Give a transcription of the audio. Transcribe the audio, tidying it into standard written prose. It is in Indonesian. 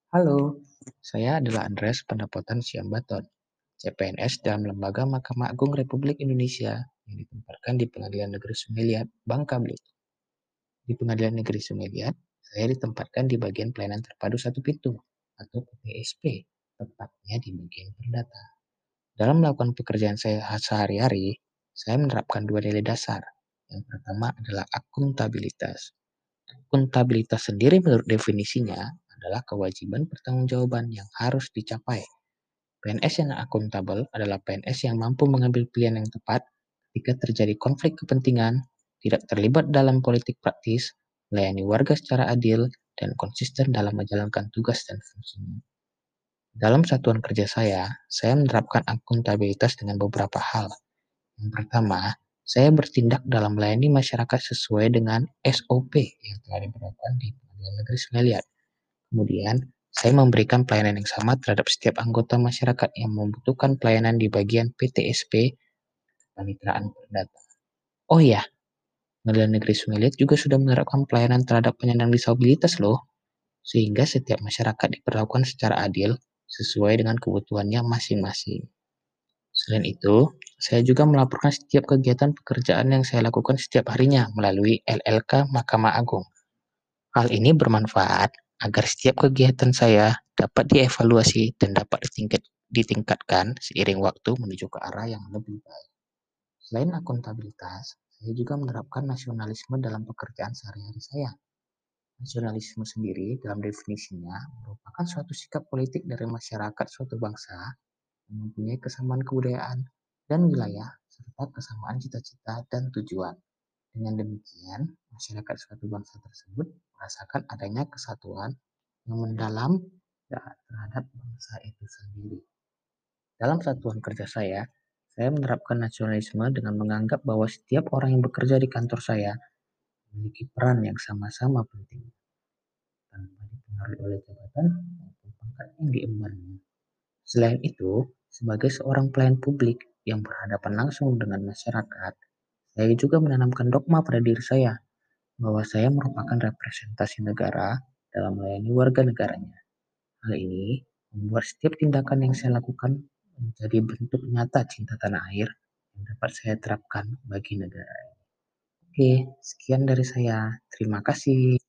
Halo, saya adalah Andreas Pendapatan Siambaton, CPNS dalam Lembaga Mahkamah Agung Republik Indonesia yang ditempatkan di Pengadilan Negeri Sumeliat, Bangka Belitung. Di Pengadilan Negeri Sumeliat, saya ditempatkan di bagian pelayanan terpadu satu pintu atau PPSP, tepatnya di bagian perdata. Dalam melakukan pekerjaan saya sehari-hari, saya menerapkan dua nilai dasar. Yang pertama adalah akuntabilitas. Akuntabilitas sendiri menurut definisinya adalah kewajiban pertanggungjawaban yang harus dicapai. PNS yang akuntabel adalah PNS yang mampu mengambil pilihan yang tepat ketika terjadi konflik kepentingan, tidak terlibat dalam politik praktis, melayani warga secara adil, dan konsisten dalam menjalankan tugas dan fungsinya. Dalam satuan kerja saya menerapkan akuntabilitas dengan beberapa hal. Yang pertama, saya bertindak dalam melayani masyarakat sesuai dengan SOP yang telah diberlakukan di Pengadilan Negeri Semeliat. Kemudian, saya memberikan pelayanan yang sama terhadap setiap anggota masyarakat yang membutuhkan pelayanan di bagian PTSP, Paniteraan Perdata. Oh ya, Pengadilan Negeri Semeliat juga sudah menerapkan pelayanan terhadap penyandang disabilitas loh, sehingga setiap masyarakat diperlakukan secara adil sesuai dengan kebutuhannya masing-masing. Selain itu, saya juga melaporkan setiap kegiatan pekerjaan yang saya lakukan setiap harinya melalui LLK Mahkamah Agung. Hal ini bermanfaat agar setiap kegiatan saya dapat dievaluasi dan dapat ditingkatkan seiring waktu menuju ke arah yang lebih baik. Selain akuntabilitas, saya juga menerapkan nasionalisme dalam pekerjaan sehari-hari saya. Nasionalisme sendiri dalam definisinya merupakan suatu sikap politik dari masyarakat suatu bangsa yang mempunyai kesamaan kebudayaan dan wilayah, serta kesamaan cita-cita dan tujuan. Dengan demikian, masyarakat suatu bangsa tersebut merasakan adanya kesatuan yang mendalam terhadap bangsa itu sendiri. Dalam satuan kerja saya menerapkan nasionalisme dengan menganggap bahwa setiap orang yang bekerja di kantor saya memiliki peran yang sama-sama penting, tanpa dipengaruhi oleh jabatan maupun pangkat yang diembannya. Selain itu, sebagai seorang pelayan publik yang berhadapan langsung dengan masyarakat, saya juga menanamkan dogma pada diri saya bahwa saya merupakan representasi negara dalam melayani warga negaranya. Hal ini membuat setiap tindakan yang saya lakukan menjadi bentuk nyata cinta tanah air yang dapat saya terapkan bagi negara. Oke, sekian dari saya. Terima kasih.